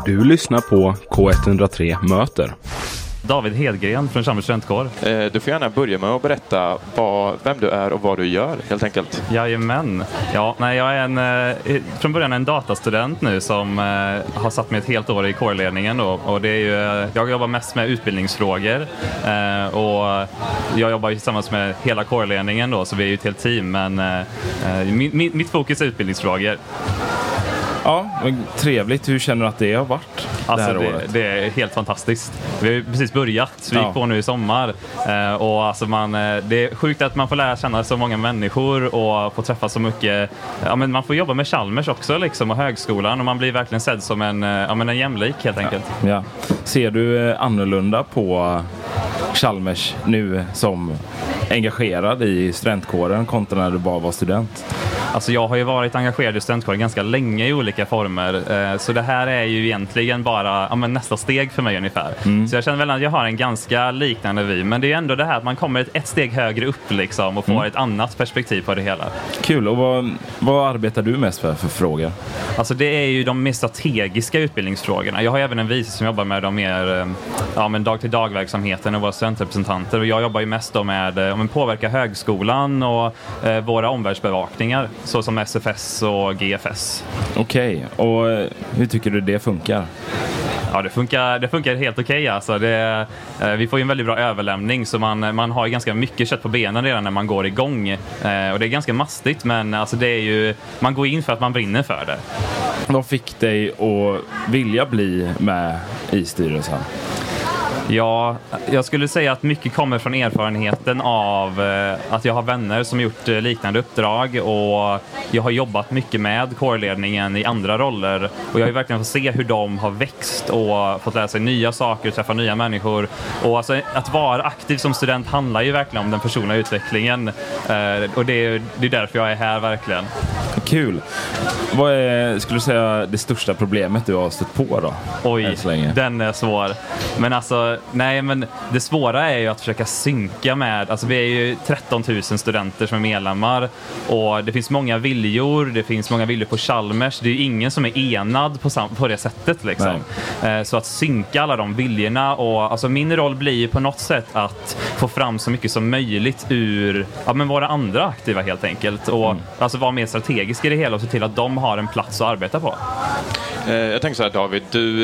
Du lyssnar på K103 Möter. David Hedgren från Chalmers studentkår. Du får gärna börja med att berätta vem du är och vad du gör, helt enkelt. Jajamän. Ja, nej, jag är från början en datastudent nu som har satt mig ett helt år i kårledningen då. Och det är ju, jag jobbar mest med utbildningsfrågor och jag jobbar tillsammans med hela kårledningen då, så vi är ju ett helt team, men mitt fokus är utbildningsfrågor. Ja, trevligt. Hur känner du att det har varit det här året? Det är helt fantastiskt. Vi har ju precis börjat. Vi gick på nu i sommar. Och alltså det är sjukt att man får lära känna så många människor och få träffa så mycket. Ja, men man får jobba med Chalmers också liksom, och högskolan. Och man blir verkligen sedd som en jämlik helt enkelt. Ja. Ser du annorlunda på Chalmers nu som engagerad i studentkåren kontra när du bara var student? Alltså jag har ju varit engagerad i studentkåren ganska länge i olika former. Så det här är ju egentligen bara nästa steg för mig ungefär. Så jag känner väl att jag har en ganska liknande vy. Men det är ju ändå det här att man kommer ett steg högre upp liksom, och får ett annat perspektiv på det hela. Kul. Och vad arbetar du mest för frågor? Alltså det är ju de mer strategiska utbildningsfrågorna. Jag har även en vice som jobbar med de mer dag-till-dag-verksamheten och våra studentrepresentanter. Och jag jobbar ju mest då med att påverka högskolan och våra omvärldsbevakningar. Så som SFS och GFS. Okej, och hur tycker du det funkar? Ja, det funkar helt okej. Alltså. Vi får ju en väldigt bra överlämning, så man har ju ganska mycket kött på benen redan när man går igång. Och det är ganska mastigt, men alltså det är ju, man går in för att man brinner för det. Vad fick dig att vilja bli med i styrelsen? Ja, jag skulle säga att mycket kommer från erfarenheten av att jag har vänner som gjort liknande uppdrag, och jag har jobbat mycket med kårledningen i andra roller, och jag har ju verkligen fått se hur de har växt och fått lära sig nya saker och träffa nya människor. Och alltså, att vara aktiv som student handlar ju verkligen om den personliga utvecklingen, och det är därför jag är här verkligen. Kul. Vad är, skulle du säga, det största problemet du har stött på då? Oj, den är svår. Men alltså, men det svåra är ju att försöka synka med, alltså vi är ju 13 000 studenter som är medlemmar, och det finns många viljor på Chalmers. Det är ju ingen som är enad på det sättet liksom. Så att synka alla de viljorna, och alltså min roll blir ju på något sätt att få fram så mycket som möjligt ur våra andra aktiva helt enkelt, och alltså vara mer strategisk i det hela och se till att de har en plats att arbeta på. Jag tänker så här, David,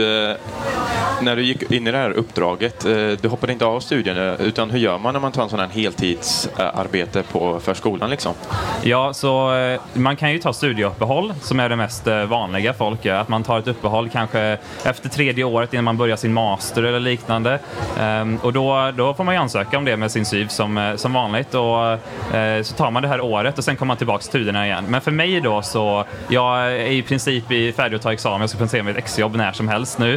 när du gick in i det här uppdraget, du hoppade inte av studierna, utan hur gör man när man tar en sån här heltidsarbete på förskolan liksom? Ja, så man kan ju ta studieuppehåll, som är det mest vanliga folk gör. Att man tar ett uppehåll kanske efter 3:e året innan man börjar sin master eller liknande. Och då får man ju ansöka om det med sin SYV som vanligt, och så tar man det här året och sen kommer man tillbaka till studierna igen. Men för mig då, så jag är i princip färdig att ta examen. Jag ska presentera mig ett exjobb när som helst nu.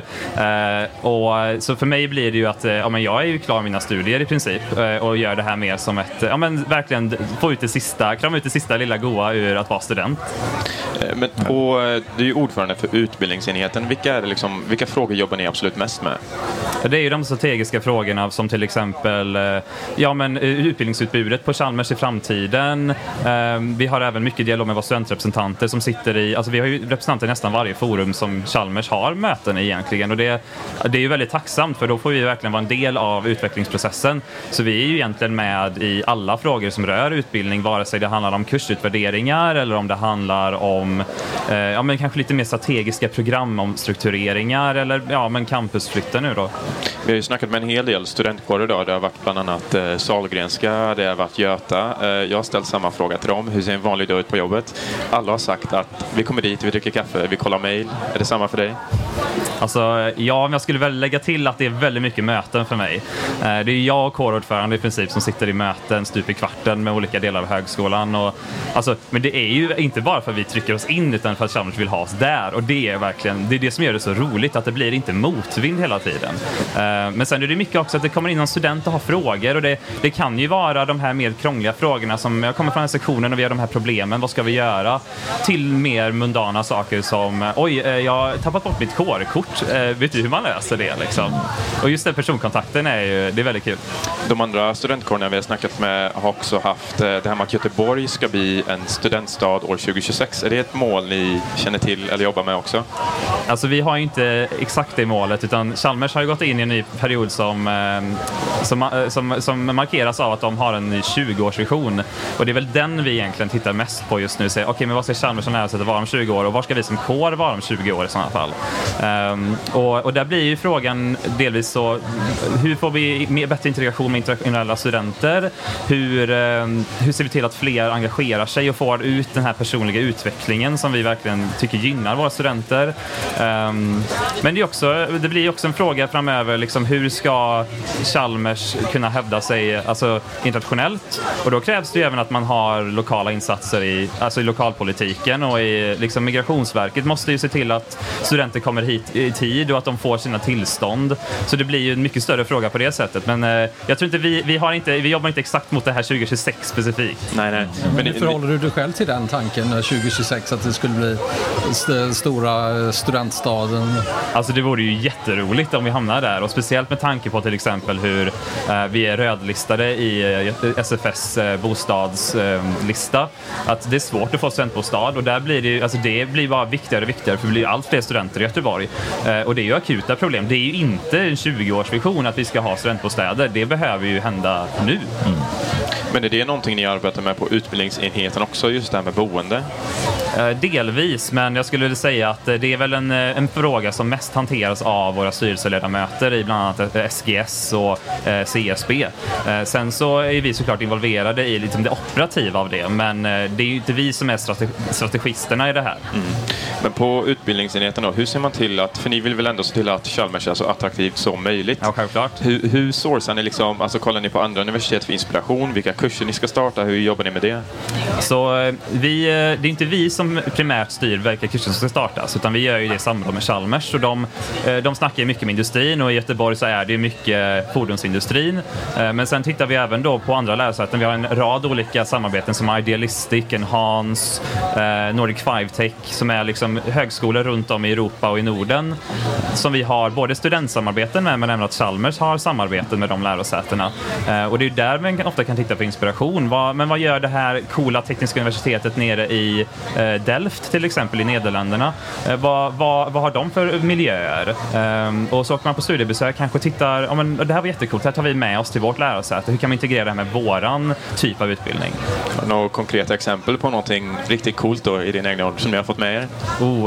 Och så för mig blir det ju att jag är ju klar med mina studier i princip, och gör det här mer som ett verkligen krama ut det sista lilla goa ur att vara student. Och du är ju ordförande för utbildningsenheten. Vilka frågor jobbar ni absolut mest med? Det är ju de strategiska frågorna, som till exempel utbildningsutbudet på Chalmers i framtiden. Vi har även mycket dialog med våra studentrepresentanter som sitter i, alltså vi har ju representanter i nästan varje forum som Chalmers har möten i egentligen, och det är ju väldigt tacksamt, för då får vi verkligen vara en del av utvecklingsprocessen. Så vi är ju egentligen med i alla frågor som rör utbildning, vare sig det handlar om kursutvärderingar eller om det handlar om kanske lite mer strategiska programomstruktureringar eller campusflytten nu då. Vi har ju snackat med en hel del studentkårer idag. Det har varit bland annat Sahlgrenska, det har varit Göta. Jag har ställt samma fråga till dem. Hur ser en vanlig dag ut på jobbet? Alla har sagt att vi kommer dit, vi dricker kaffe, vi kollar mejl. Är det samma för dig? Alltså, ja, men jag skulle väl lägga till att det är väldigt mycket möten för mig. Det är jag och kårordförande i princip som sitter i möten stup i kvarten med olika delar av högskolan. Och, alltså, men det är ju inte bara för att vi trycker oss in, utan för att Chalmers vill ha oss där. Och det är det som gör det så roligt, att det blir inte motvind hela tiden. Men sen är det mycket också att det kommer in någon student och har frågor. Och det kan ju vara de här mer krångliga frågorna som jag kommer från den sektionen och vi har de här problemen. Vad ska vi göra? Till mer mundana saker som jag har tappat bort mitt kårkort. Vet du hur man löser det liksom? Och just den personkontakten det är väldigt kul. De andra studentkårerna vi har snackat med har också haft det här med att Göteborg ska bli en studentstad år 2026. Är det ett mål ni känner till eller jobbar med också? Alltså vi har ju inte exakt det målet, utan Chalmers har ju gått in i en ny period som markeras av att de har en ny 20-årsvision. Och det är väl den vi egentligen tittar mest på just nu. Säger, okej, men vad ska Chalmers som lärosäte vara om 20 år och var ska vi som kår vara om 20 år i sådana fall? Och där blir ju frågan delvis så, hur får vi bättre integration med internationella studenter? Hur ser vi till att fler engagerar sig och får ut den här personliga utvecklingen som vi verkligen tycker gynnar våra studenter? Men det blir också en fråga framöver, liksom, hur ska Chalmers kunna hävda sig alltså, internationellt? Och då krävs det ju även att man har lokala insatser i lokalpolitiken och liksom, Migrationsverket måste ju se till att studenter kommer hit i tid och att de får sina tillstånd. Så det blir ju en mycket större fråga på det sättet. Men jag tror inte vi jobbar inte exakt mot det här 2026 specifikt. Nej. Men hur förhåller du dig själv till den tanken 2026 att det skulle bli stora studentstaden? Alltså det vore ju jätteroligt om vi hamnar där, och speciellt med tanke på till exempel hur vi är rödlistade i SFS bostadslista, att det är svårt att få studentbostad, och där blir det ju, alltså det blir bara viktigare och viktigare, för det blir allt fler studenter i Göteborg, och det är ju akuta problem. Det är ju inte en 20-årsvision att vi ska ha studentbostäder, det behöver ju hända nu. Men är det någonting ni arbetar med på utbildningsenheten också, just det här med boende? Delvis, men jag skulle säga att det är väl en fråga som mest hanteras av våra styrelseledamöter i bland annat SGS och CSB. Sen så är vi såklart involverade i liksom det operativa av det, men det är ju inte vi som är strategisterna i det här. Men på utbildningsenheten då, hur ser man till att, för ni vill väl ändå se till att Chalmers är så attraktivt som möjligt? Ja, självklart. Hur sourcar ni liksom, alltså kollar ni på andra universitet för inspiration, vilka kurser ni ska starta, hur jobbar ni med det? Så det är inte vi som primärt styr vilka kurser som ska startas, utan vi gör ju det i samråd med Chalmers, och de snackar mycket med industrin, och i Göteborg så är det mycket fordonsindustrin. Men sen tittar vi även då på andra lärosäten. Vi har en rad olika samarbeten som Idealistic, Enhance, Nordic 5 Tech, som är liksom högskolor runt om i Europa och i Norden som vi har både studentsamarbeten med, men även att Chalmers har samarbeten med de lärosätena. Och det är där man ofta kan titta på inspiration. Men vad gör det här coola tekniska universitetet nere i Delft till exempel i Nederländerna? Vad har de för miljöer? Och så åker man på studiebesök, kanske tittar, ja, men det här var jättecoolt, det här tar vi med oss till vårt lärosäte. Hur kan vi integrera det här med våran typ av utbildning? Några konkreta exempel på någonting riktigt coolt då i din egna ålder som ni har fått med er?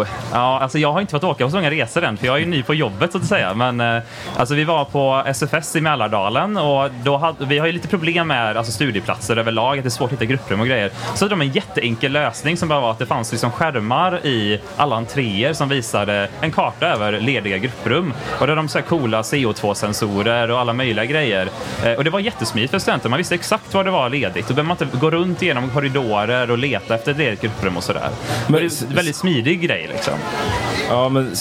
Ja, alltså jag har inte fått åka på så många resor än, för jag är ju ny på jobbet så att säga. Men alltså vi var på SFS i Mälardalen, och vi har ju lite problem med alltså, studieplatser överlag, att det är svårt att hitta grupprum och grejer. Så hade de en jätteenkel lösning som bara var att det fanns liksom skärmar i alla entréer som visade en karta över lediga grupprum. Och där de så här coola CO2-sensorer och alla möjliga grejer. Och det var jättesmidigt för studenter. Man visste exakt var det var ledigt. Då behöver man inte gå runt genom korridorer och leta efter ett ledigt grupprum och sådär. Men det är en väldigt smidig grej liksom. Ja, men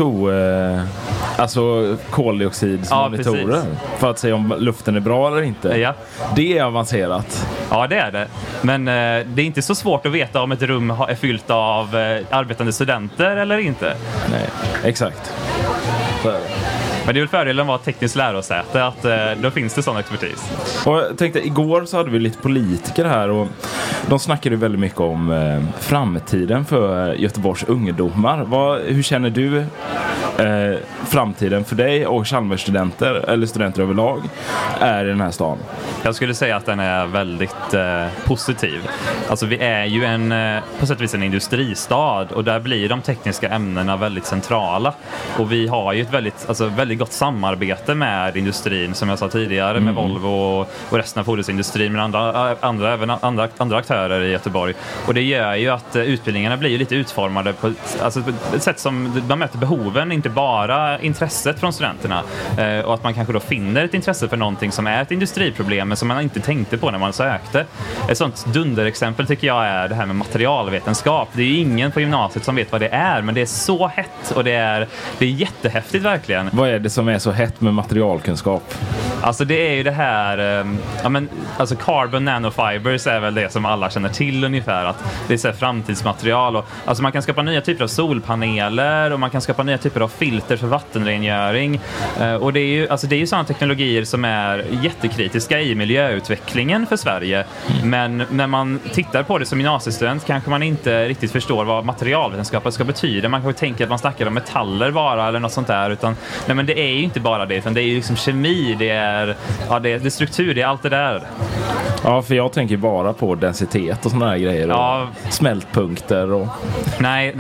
CO2, alltså koldioxidmonitorer, ja, för att se om luften är bra eller inte. Ja. Det är avancerat. Ja, det är det. Men det är inte så svårt att veta om ett rum är fyllt av arbetande studenter eller inte. Nej, exakt. Men det är väl fördelen att vara tekniskt lärosäte, att då finns det sån expertis. Och jag tänkte, igår så hade vi lite politiker här, och de snackade väldigt mycket om framtiden för Göteborgs ungdomar. Hur känner du framtiden för dig och Chalmers-studenter, eller studenter överlag, är i den här stan? Jag skulle säga att den är väldigt positiv. Alltså vi är ju på sätt och vis en industristad, och där blir de tekniska ämnena väldigt centrala. Och vi har ju ett väldigt gott samarbete med industrin, som jag sa tidigare, med Volvo och resten av fordonsindustrin, men även andra aktörer i Göteborg. Och det gör ju att utbildningarna blir ju lite utformade på ett sätt som man möter behoven, inte bara intresset från studenterna. Och att man kanske då finner ett intresse för någonting som är ett industriproblem, men som man inte tänkte på när man sökte. Ett sånt dunderexempel tycker jag är det här med materialvetenskap. Det är ju ingen på gymnasiet som vet vad det är, men det är så hett, och det är jättehäftigt verkligen. Vad är det som är så hett med materialkunskap? Alltså det är ju det här, alltså carbon nanofibers är väl det som alla känner till ungefär, att det är så här framtidsmaterial och alltså man kan skapa nya typer av solpaneler och man kan skapa nya typer av filter för vattenrengöring och det är ju sådana teknologier som är jättekritiska i miljöutvecklingen för Sverige, men när man tittar på det som gymnasiestudent kanske man inte riktigt förstår vad materialvetenskap ska betyda. Man kan ju tänka att man snackar om metaller bara eller något sånt där, utan nej, men det är ju inte bara det, utan det är ju liksom kemi, det är struktur, det är allt det där. Ja, för jag tänker bara på densitet och såna här grejer och smältpunkter och... Nej,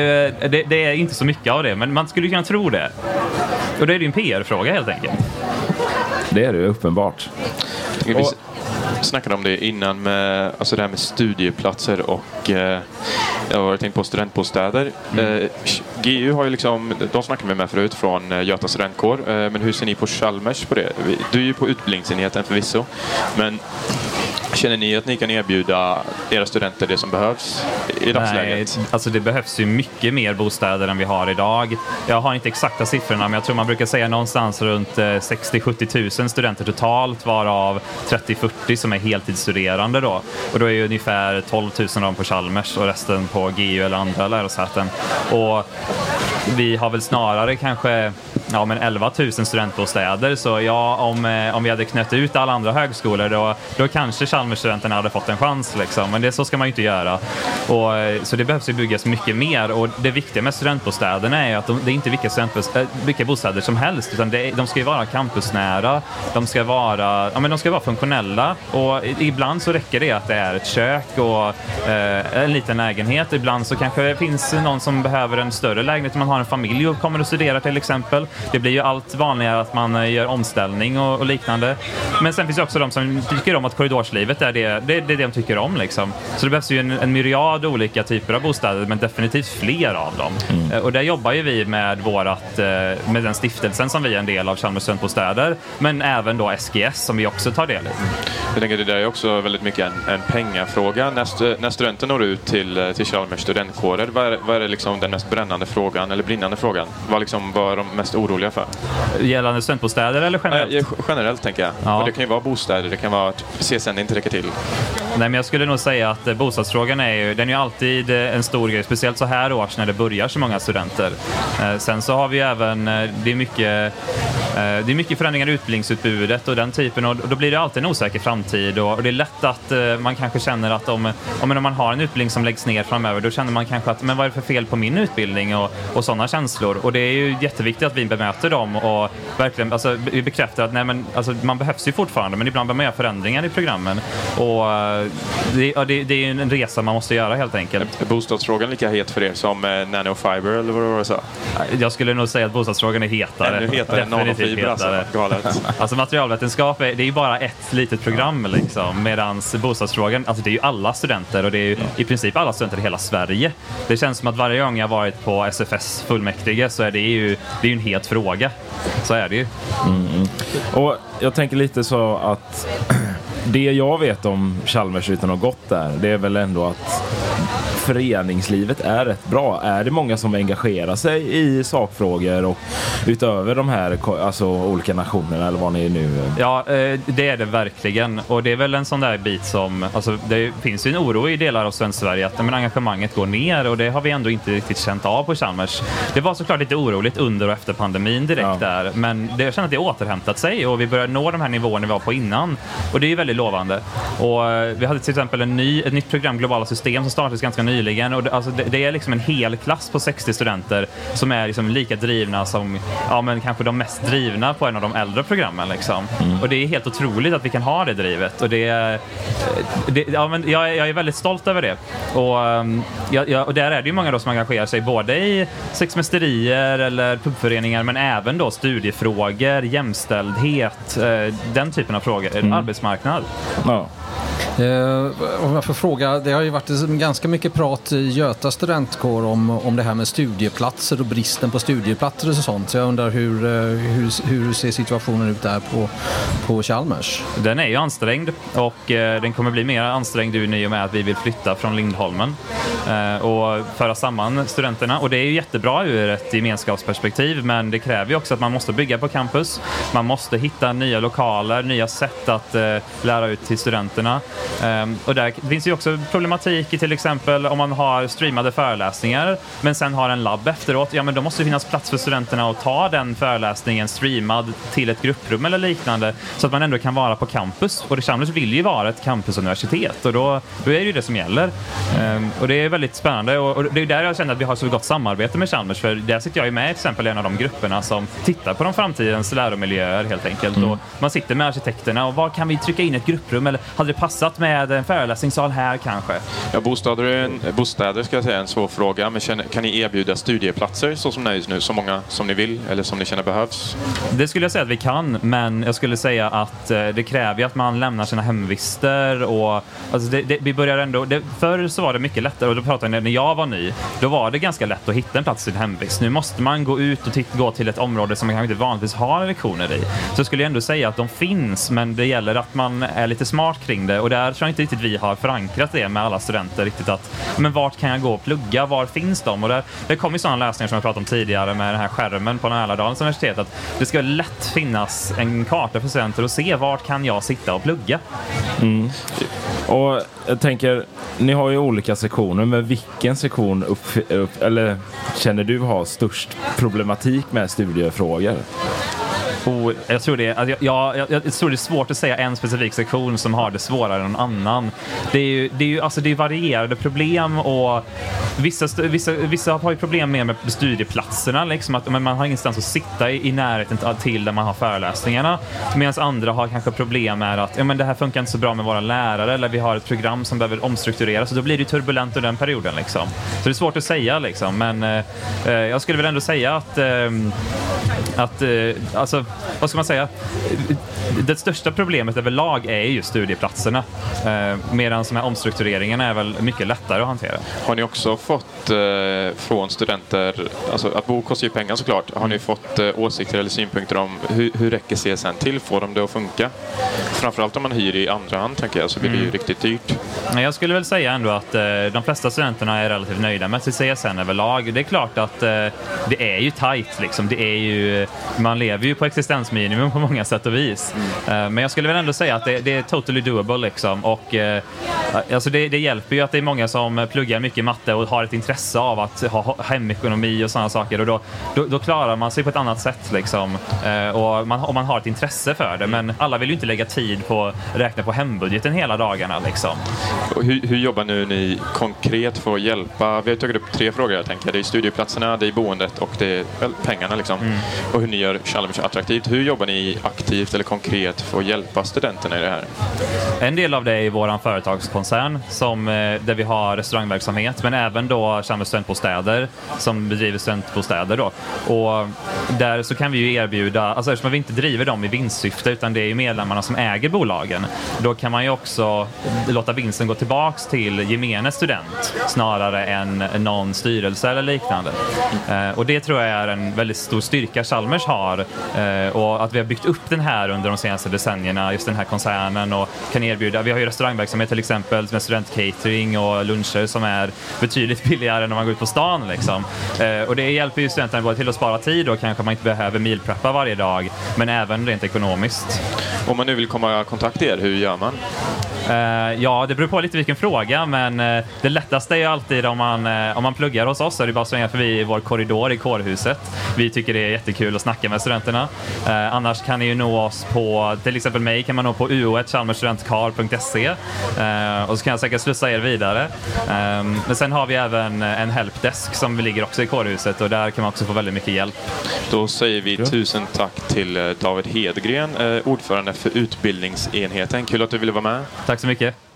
det är inte så mycket av det, men man skulle kunna tro det. Och det är ju en PR-fråga helt enkelt. Det är det uppenbart. Vi snackade om det innan med alltså det här med studieplatser och jag har tänkt på studentbostäder. GU har ju liksom, de snackade vi med förut från Göta studentkår, men hur ser ni på Chalmers på det? Du är ju på utbildningsenheten förvisso, men känner ni att ni kan erbjuda era studenter det som behövs i dagsläget? Nej, alltså det behövs ju mycket mer bostäder än vi har idag. Jag har inte exakta siffrorna, men jag tror man brukar säga någonstans runt 60-70 000 studenter totalt, varav 30-40 som är heltidsstuderande då. Och då är ju ungefär 12 000 av dem på Chalmers och resten på GU eller andra lärosäten. Och vi har väl snarare kanske 11 000 studentbostäder, så om vi hade knött ut alla andra högskolor då kanske Chalmers-studenterna hade fått en chans liksom. Men så ska man ju inte göra. Och, så det behövs ju byggas mycket mer, och det viktiga med studentbostäderna är ju att det är inte vilka bostäder som helst, utan de ska ju vara campusnära, de ska vara funktionella, och ibland så räcker det att det är ett kök och en liten lägenhet. Ibland så kanske det finns någon som behöver en större lägenhet, man har en familj och kommer att studera till exempel. Det blir ju allt vanligare att man gör omställning och liknande. Men sen finns det också de som tycker om att korridorslivet är det de tycker om liksom. Så det behövs ju en myriad olika typer av bostäder, men definitivt fler av dem. Och där jobbar ju vi med med den stiftelsen som vi är en del av, Chalmers studentbostäder, men även då SGS som vi också tar del i. Jag tänker att det där är också väldigt mycket en pengafråga. När studenten når ut till Chalmers studentkårer, vad är det liksom den mest brännande frågan eller brinnande frågan? Vad är de mest oroliga för? Gällande studentbostäder eller generellt? Generellt tänker jag. Ja. Och det kan ju vara bostäder, det kan vara att CSN inte räcker till. Nej, men jag skulle nog säga att bostadsfrågan är ju alltid en stor grej, speciellt så här års när det börjar så många studenter. Sen så har vi även, det är mycket förändringar i utbildningsutbudet och den typen, och då blir det alltid en osäker framtid, och det är lätt att man kanske känner att om man har en utbildning som läggs ner framöver, då känner man kanske att men vad är det för fel på min utbildning och sådana känslor, och det är ju jätteviktigt att vi bemöter dem och verkligen vi bekräftar att man behövs ju fortfarande, men ibland behöver man göra förändringar i programmen, och det är ju en resa man måste göra helt enkelt. Är bostadsfrågan lika het för er som nanofiber eller vad det var så? Jag skulle nog säga att bostadsfrågan är hetare. Ännu hetare än nanofiber alltså. Alltså materialvetenskap det är ju bara ett litet program liksom, medans bostadsfrågan, alltså det är ju alla studenter, och det är ju i princip alla studenter i hela Sverige. Det känns som att varje gång jag varit på SFS fullmäktige så är det är ju en het fråga. Så är det ju. Och jag tänker lite så att det jag vet om Chalmers utan att ha gått där, det är väl ändå att föreningslivet är rätt bra. Är det många som engagerar sig i sakfrågor och utöver de här olika nationerna eller vad ni är nu? Ja, det är det verkligen. Och det är väl en sån där bit som, det finns ju en oro i delar av svensk Sverige att engagemanget går ner, och det har vi ändå inte riktigt känt av på Chalmers. Det var såklart lite oroligt under och efter pandemin direkt där, men jag känner att det återhämtat sig och vi börjar nå de här nivåerna vi var på innan, och det är väldigt lovande. Och vi hade till exempel ett nytt program, Globala system, som startades ganska nyligen, och det är liksom en hel klass på 60 studenter som är liksom lika drivna som kanske de mest drivna på en av de äldre programmen liksom. Och det är helt otroligt att vi kan ha det drivet, och jag är väldigt stolt över det. Och där är det ju många då som engagerar sig både i sexmästerier eller pubföreningar, men även då studiefrågor, jämställdhet, den typen av frågor, arbetsmarknad. Ja. Om jag får fråga, det har ju varit ganska mycket prat i Göta studentkår om det här med studieplatser och bristen på studieplatser och sånt. Så jag undrar hur ser situationen ut där på Chalmers? Den är ju ansträngd och den kommer bli mer ansträngd i och med att vi vill flytta från Lindholmen och föra samman studenterna. Och det är ju jättebra ur ett gemenskapsperspektiv, men det kräver ju också att man måste bygga på campus. Man måste hitta nya lokaler, nya sätt att lära ut till studenterna. Och där finns ju också problematik i till exempel om man har streamade föreläsningar men sen har en labb efteråt. Ja, men då måste det finnas plats för studenterna att ta den föreläsningen streamad till ett grupprum eller liknande så att man ändå kan vara på campus. Och Chalmers vill ju vara ett campusuniversitet och då är det ju det som gäller. Och det är väldigt spännande och det är där jag känner att vi har så gott samarbete med Chalmers, för där sitter jag ju med till exempel i en av de grupperna som tittar på de framtidens läromiljöer helt enkelt. Och man sitter med arkitekterna och var kan vi trycka in ett grupprum, eller hade det passat med en föreläsningssal här kanske? Ja, bostäder ska jag säga är en svår fråga, men kan ni erbjuda studieplatser så som det är just nu, så många som ni vill eller som ni känner behövs? Det skulle jag säga att vi kan, men jag skulle säga att det kräver ju att man lämnar sina hemvister och alltså vi börjar ändå, förr så var det mycket lättare, och då pratade jag när jag var ny, då var det ganska lätt att hitta en plats i sin hemvist. Nu måste man gå ut och gå till ett område som man kanske inte vanligtvis har lektioner i. Så skulle jag ändå säga att de finns, men det gäller att man är lite smart kring det, och där tror jag inte riktigt vi har förankrat det med alla studenter riktigt, att men vart kan jag gå och plugga, var finns de? Och det kommer ju sådana lösningar som jag pratade om tidigare med den här skärmen på Mälardalens universitet, att det ska lätt finnas en karta för studenter och se vart kan jag sitta och plugga. Och jag tänker, ni har ju olika sektioner, men vilken sektion eller känner du har störst problematik med studiefrågor? Jag tror det är svårt att säga en specifik sektion som har det svårare än någon annan. Det är ju varierade problem, och vissa har ju problem med studieplatserna, liksom att man har ingenstans att sitta i närheten till där man har föreläsningarna, medan andra har kanske problem med att det här funkar inte så bra med våra lärare, eller vi har ett program som behöver omstruktureras, så då blir det turbulent under den perioden liksom. Så det är svårt att säga liksom, men jag skulle väl ändå säga att alltså, vad ska man säga? Det största problemet överlag är just studieplatserna. Medan de här omstruktureringarna är väl mycket lättare att hantera. Har ni också fått från studenter, alltså att bo kostar ju pengar såklart, har ni fått åsikter eller synpunkter om hur räcker CSN till? Får de det att funka? Framförallt om man hyr i andra hand, tänker jag, så blir det ju riktigt dyrt. Jag skulle väl säga ändå att de flesta studenterna är relativt nöjda med CSN överlag. Det är klart att det är ju tajt liksom. Det är ju, man lever ju på existensminimum på många sätt och vis. Men jag skulle väl ändå säga att det är totally doable liksom. Och alltså det hjälper ju att det är många som pluggar mycket matte och har ett intresse av att ha hemekonomi och sådana saker, och då klarar man sig på ett annat sätt liksom. Och om man har ett intresse för det, men alla vill ju inte lägga tid på att räkna på hembudgeten hela dagarna liksom. Och hur jobbar nu ni konkret för att hjälpa? Vi har tagit upp 3 frågor, jag tänker. Det är studieplatserna, det är boendet och det är pengarna liksom. Och hur ni gör Chalmers attraktivt. Hur jobbar ni aktivt eller konkret för att hjälpa studenterna i det här? En del av det är vår företagskoncern där vi har restaurangverksamhet, men även då Chalmers studentbostäder som bedriver studentbostäder då. Och där så kan vi ju erbjuda, alltså eftersom vi inte driver dem i vinstsyfte utan det är ju medlemmarna som äger bolagen, då kan man ju också låta vinsten gå tillbaks till gemene student snarare än någon styrelse eller liknande. Och det tror jag är en väldigt stor styrka Chalmers har, och att vi har byggt upp den här under de senaste decennierna, just den här koncernen, och kan erbjuda, vi har ju restaurangverksamhet till exempel med studentcatering och luncher som är betydligt billigare när man går ut på stan liksom. Och det hjälper ju studenterna både till att spara tid, och kanske man inte behöver mealpreppa varje dag, men även rent ekonomiskt. Om man nu vill komma i kontakt med er, hur gör man? Ja, det beror på lite vilken fråga, men det lättaste är ju alltid om man pluggar hos oss, så är det bara att svänga förbi vår korridor i kårhuset. Vi tycker det är jättekul att snacka med studenterna. Annars kan ni ju nå oss på, till exempel mig kan man nå på uo@chalmersstudentkar.se, och så kan jag säkert slussa er vidare. Men sen har vi även en helpdesk som ligger också i kårhuset, och där kan man också få väldigt mycket hjälp. Då säger vi tusen tack till David Hedgren, ordförande för utbildningsenheten. Kul att du ville vara med. Tack så mycket.